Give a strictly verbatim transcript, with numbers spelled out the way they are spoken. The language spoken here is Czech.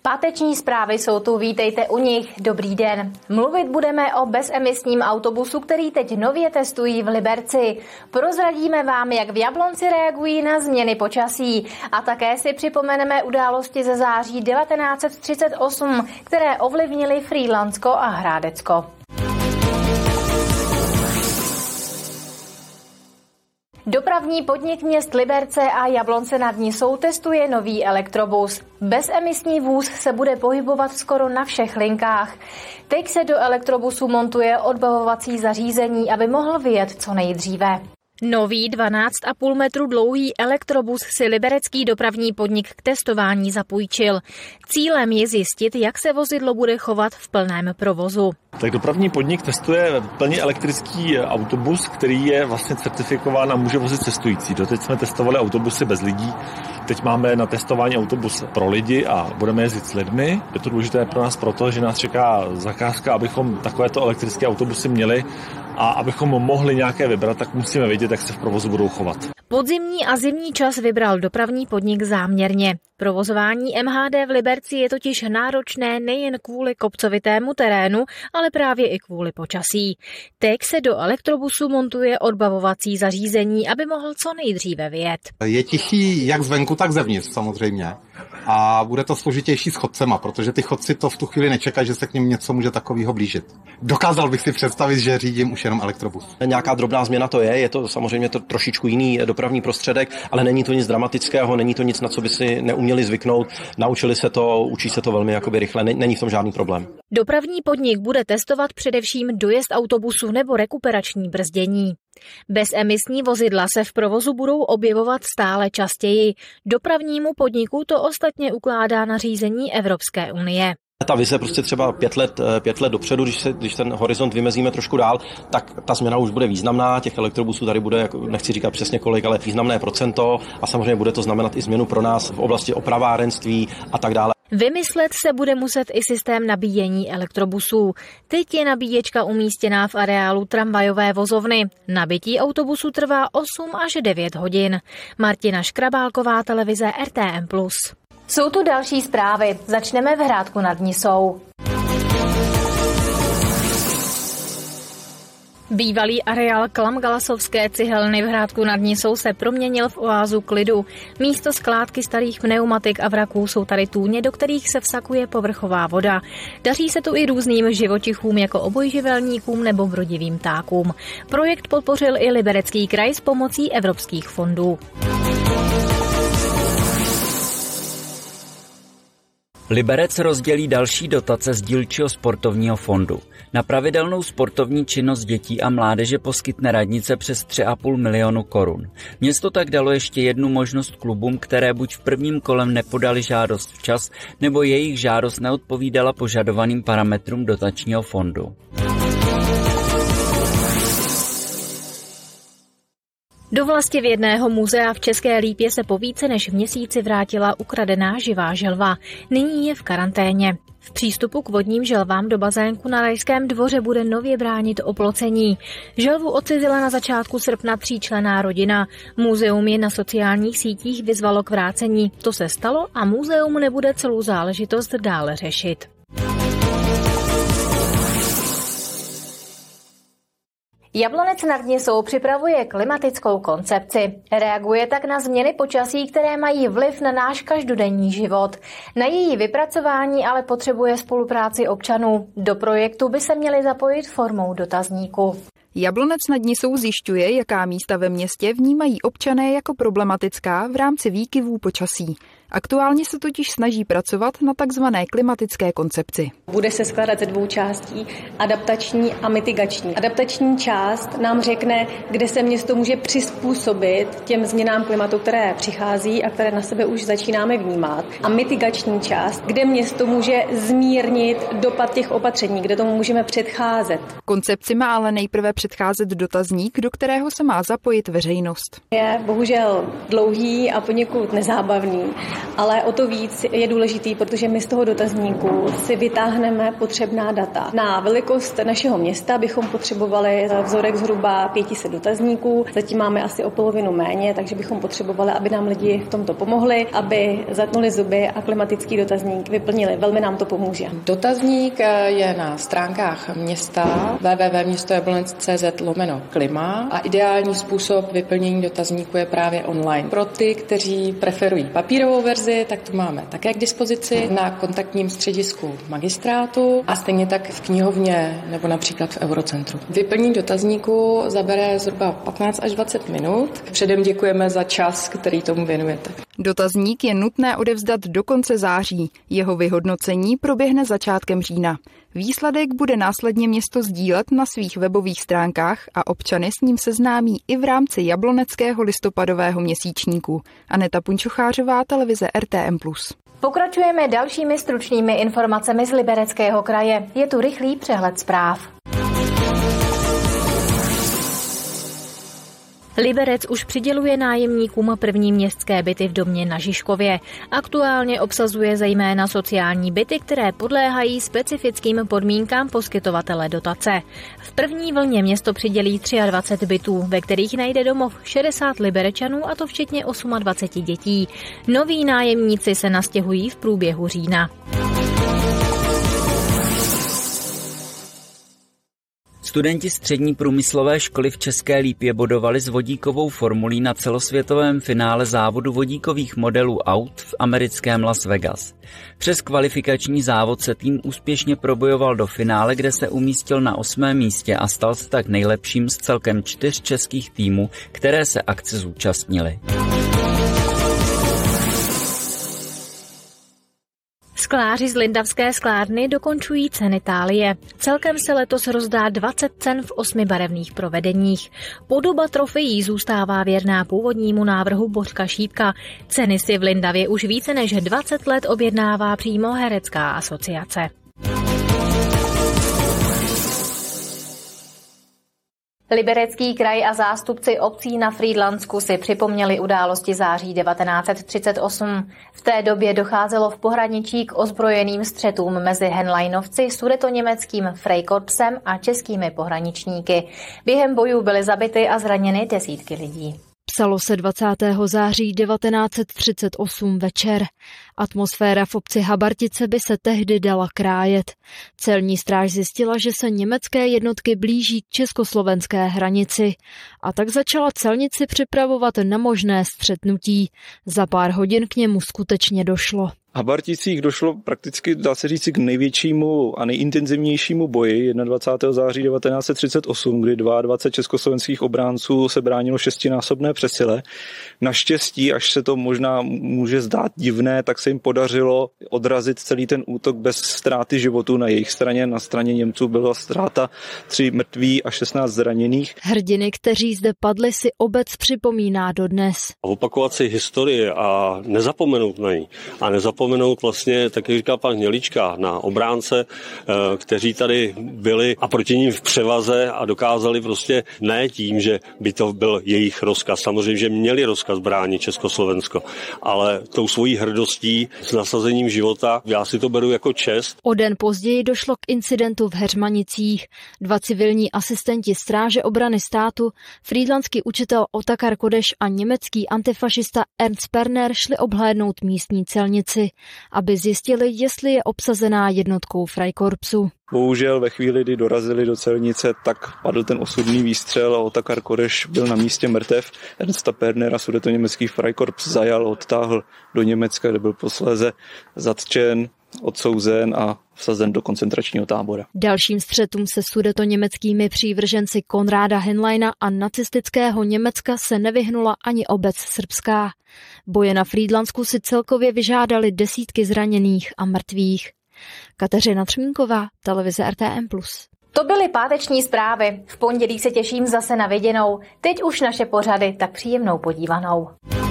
Páteční zprávy jsou tu, vítejte u nich. Dobrý den. Mluvit budeme o bezemisním autobusu, který teď nově testují v Liberci. Prozradíme vám, jak v Jablonci reagují na změny počasí. A také si připomeneme události ze září devatenáct set třicet osm, které ovlivnily Frýdlantsko a Hrádecko. Dopravní podnik měst Liberce a Jablonce nad Nisou testuje nový elektrobus. Bezemisní vůz se bude pohybovat skoro na všech linkách. Teď se do elektrobusu montuje odbavovací zařízení, aby mohl vyjet co nejdříve. Nový dvanáct a půl metru dlouhý elektrobus si liberecký dopravní podnik k testování zapůjčil. Cílem je zjistit, jak se vozidlo bude chovat v plném provozu. Tak dopravní podnik testuje plně elektrický autobus, který je vlastně certifikován a může vozit cestující. Doteď jsme testovali autobusy bez lidí, teď máme na testování autobus pro lidi a budeme jezdit s lidmi. Je to důležité pro nás proto, že nás čeká zakázka, abychom takovéto elektrické autobusy měli a abychom mohli nějaké vybrat, tak musíme vědět, jak se v provozu budou chovat. Podzimní a zimní čas vybral dopravní podnik záměrně. Provozování M H D v Liberci je totiž náročné nejen kvůli kopcovitému terénu, ale právě i kvůli počasí. Teď se do elektrobusu montuje odbavovací zařízení, aby mohl co nejdříve vyjet. Je tichý jak zvenku, tak zevnitř samozřejmě. A bude to složitější s chodcema, protože ty chodci to v tu chvíli nečekají, že se k nim něco může takového blížit. Dokázal bych si představit, že řídím už jenom elektrobus. Nějaká drobná změna to je, je to samozřejmě to trošičku jiný dopravní prostředek, ale není to nic dramatického, není to nic, na co by si neuměli zvyknout. Naučili se to, učí se to velmi jakoby rychle, není v tom žádný problém. Dopravní podnik bude testovat především dojezd autobusu nebo rekuperační brzdění. Bezemisní vozidla se v provozu budou objevovat stále častěji. Dopravnímu podniku to ostatně ukládá nařízení Evropské unie. Ta vize prostě třeba pět let, pět let dopředu, když, se, když ten horizont vymezíme trošku dál, tak ta změna už bude významná. Těch elektrobusů tady bude, nechci říkat přesně kolik, ale významné procento a samozřejmě bude to znamenat i změnu pro nás v oblasti opravárenství a tak dále. Vymyslet se bude muset i systém nabíjení elektrobusů. Teď je nabíječka umístěná v areálu tramvajové vozovny. Nabití autobusu trvá osm až devět hodin. Martina Škrabálková, televize R T M plus. Jsou tu další zprávy. Začneme v Hrádku nad Nisou. Bývalý areál Klamgalasovské cihelny v Hrádku nad Nisou se proměnil v oázu klidu. Místo skládky starých pneumatik a vraků jsou tady tůně, do kterých se vsakuje povrchová voda. Daří se tu i různým živočichům jako obojživelníkům nebo brodivým ptákům. Projekt podpořil i Liberecký kraj s pomocí evropských fondů. Liberec rozdělí další dotace z dílčího sportovního fondu. Na pravidelnou sportovní činnost dětí a mládeže poskytne radnice přes tři a půl milionu korun. Město tak dalo ještě jednu možnost klubům, které buď v prvním kolem nepodali žádost včas, nebo jejich žádost neodpovídala požadovaným parametrům dotačního fondu. Do vlastivědného muzea v České Lípě se po více než měsíci vrátila ukradená živá želva. Nyní je v karanténě. V přístupu k vodním želvám do bazénku na Rajském dvoře bude nově bránit oplocení. Želvu odcizila na začátku srpna tříčlenná rodina. Muzeum je na sociálních sítích vyzvalo k vrácení. To se stalo a muzeum nebude celou záležitost dále řešit. Jablonec nad Nisou připravuje klimatickou koncepci. Reaguje tak na změny počasí, které mají vliv na náš každodenní život. Na její vypracování ale potřebuje spolupráci občanů. Do projektu by se měli zapojit formou dotazníku. Jablonec nad Nisou zjišťuje, jaká místa ve městě vnímají občané jako problematická v rámci výkyvů počasí. Aktuálně se totiž snaží pracovat na takzvané klimatické koncepci. Bude se skládat ze dvou částí, adaptační a mitigační. Adaptační část nám řekne, kde se město může přizpůsobit těm změnám klimatu, které přichází a které na sebe už začínáme vnímat. A mitigační část, kde město může zmírnit dopad těch opatření, kde tomu můžeme předcházet. Koncepci má ale nejprve předcházet dotazník, do kterého se má zapojit veřejnost. Je bohužel dlouhý a poněkud nezábavný. ale o to víc je důležitý, protože my z toho dotazníku si vytáhneme potřebná data. Na velikost našeho města bychom potřebovali za vzorek zhruba pět set dotazníků, zatím máme asi o polovinu méně, takže bychom potřebovali, aby nám lidi v tomto pomohli, aby zatnuli zuby a klimatický dotazník vyplnili. Velmi nám to pomůže. Dotazník je na stránkách města w w w tečka město jablonec tečka c z lomeno klima a ideální způsob vyplnění dotazníku je právě online. Pro ty, kteří preferují papírovou verzi, tak tu máme také k dispozici na kontaktním středisku magistrátu a stejně tak v knihovně nebo například v Eurocentru. Vyplnění dotazníku zabere zhruba patnáct až dvacet minut. Předem děkujeme za čas, který tomu věnujete. Dotazník je nutné odevzdat do konce září. Jeho vyhodnocení proběhne začátkem října. Výsledek bude následně město sdílet na svých webových stránkách a občany s ním seznámí i v rámci jabloneckého listopadového měsíčníku. Aneta Punčochářová, televize R T M plus. Pokračujeme dalšími stručnými informacemi z Libereckého kraje. Je tu rychlý přehled zpráv. Liberec už přiděluje nájemníkům první městské byty v domě na Žižkově. Aktuálně obsazuje zejména sociální byty, které podléhají specifickým podmínkám poskytovatele dotace. V první vlně město přidělí dvacet tři bytů, ve kterých najde domov šedesát Liberečanů, a to včetně dvacet osm dětí. Noví nájemníci se nastěhují v průběhu října. Studenti střední průmyslové školy v České Lípě bodovali s vodíkovou formulí na celosvětovém finále závodu vodíkových modelů aut v americkém Las Vegas. Přes kvalifikační závod se tým úspěšně probojoval do finále, kde se umístil na osmém místě a stal se tak nejlepším z celkem čtyř českých týmů, které se akce zúčastnily. Skláři z Lindavské sklárny dokončují ceny tálie. Celkem se letos rozdá dvacet cen v osmi barevných provedeních. Podoba trofejí zůstává věrná původnímu návrhu Bořka Šípka. Ceny si v Lindavě už více než dvacet let objednává přímo herecká asociace. Liberecký kraj a zástupci obcí na Frýdlansku si připomněli události září devatenáct set třicet osm. V té době docházelo v pohraničí k ozbrojeným střetům mezi Henleinovci, sudetoněmeckým Freikorpsem a českými pohraničníky. Během bojů byly zabity a zraněny desítky lidí. Psalo se dvacátého září devatenáct set třicet osm večer. Atmosféra v obci Habartice by se tehdy dala krájet. Celní stráž zjistila, že se německé jednotky blíží k československé hranici a tak začala celnici připravovat na možné střetnutí. Za pár hodin k němu skutečně došlo. V Habarticích došlo prakticky, dá se říct, k největšímu a nejintenzivnějšímu boji dvacátého prvního září devatenáct set třicet osm, kdy dvacet dva československých obránců se bránilo šestinásobné přesile. Naštěstí, až se to možná může zdát divné, tak se jim podařilo odrazit celý ten útok bez ztráty životů na jejich straně. Na straně Němců byla ztráta tři mrtví a šestnáct zraněných. Hrdiny, kteří zde padli, si obec připomíná dodnes. Opakovat si historii a nezapomenout na ní a nezapomenout Pomenout vlastně, tak jak říká pan Hnělička, na obránce, kteří tady byli a proti ním v převaze a dokázali prostě ne tím, že by to byl jejich rozkaz. Samozřejmě, že měli rozkaz bránit Československo, ale tou svojí hrdostí s nasazením života, já si to beru jako čest. O den později došlo k incidentu v Heřmanicích. Dva civilní asistenti stráže obrany státu, frýdlanský učitel Otakar Kodeš a německý antifašista Ernst Perner šli obhlédnout místní celnici, aby zjistili, jestli je obsazená jednotkou Freikorpsu. Bohužel ve chvíli, kdy dorazili do celnice, tak padl ten osudný výstřel a Otakar Kodeš byl na místě mrtev. Ernsta Pernera sudetoněmecký Freikorps zajal, odtáhl do Německa, kde byl posléze zatčen, odsouzen a vsazen do koncentračního tábora. Dalším střetům se sudetoněmeckými přívrženci Konráda Henleina a nacistického Německa se nevyhnula ani obec srbská. Boje na Frýdlansku si celkově vyžádali desítky zraněných a mrtvých. Kateřina Třmínková, televize R T M plus. To byly páteční zprávy. V pondělí se těším zase na viděnou. Teď už naše pořady, tak příjemnou podívanou.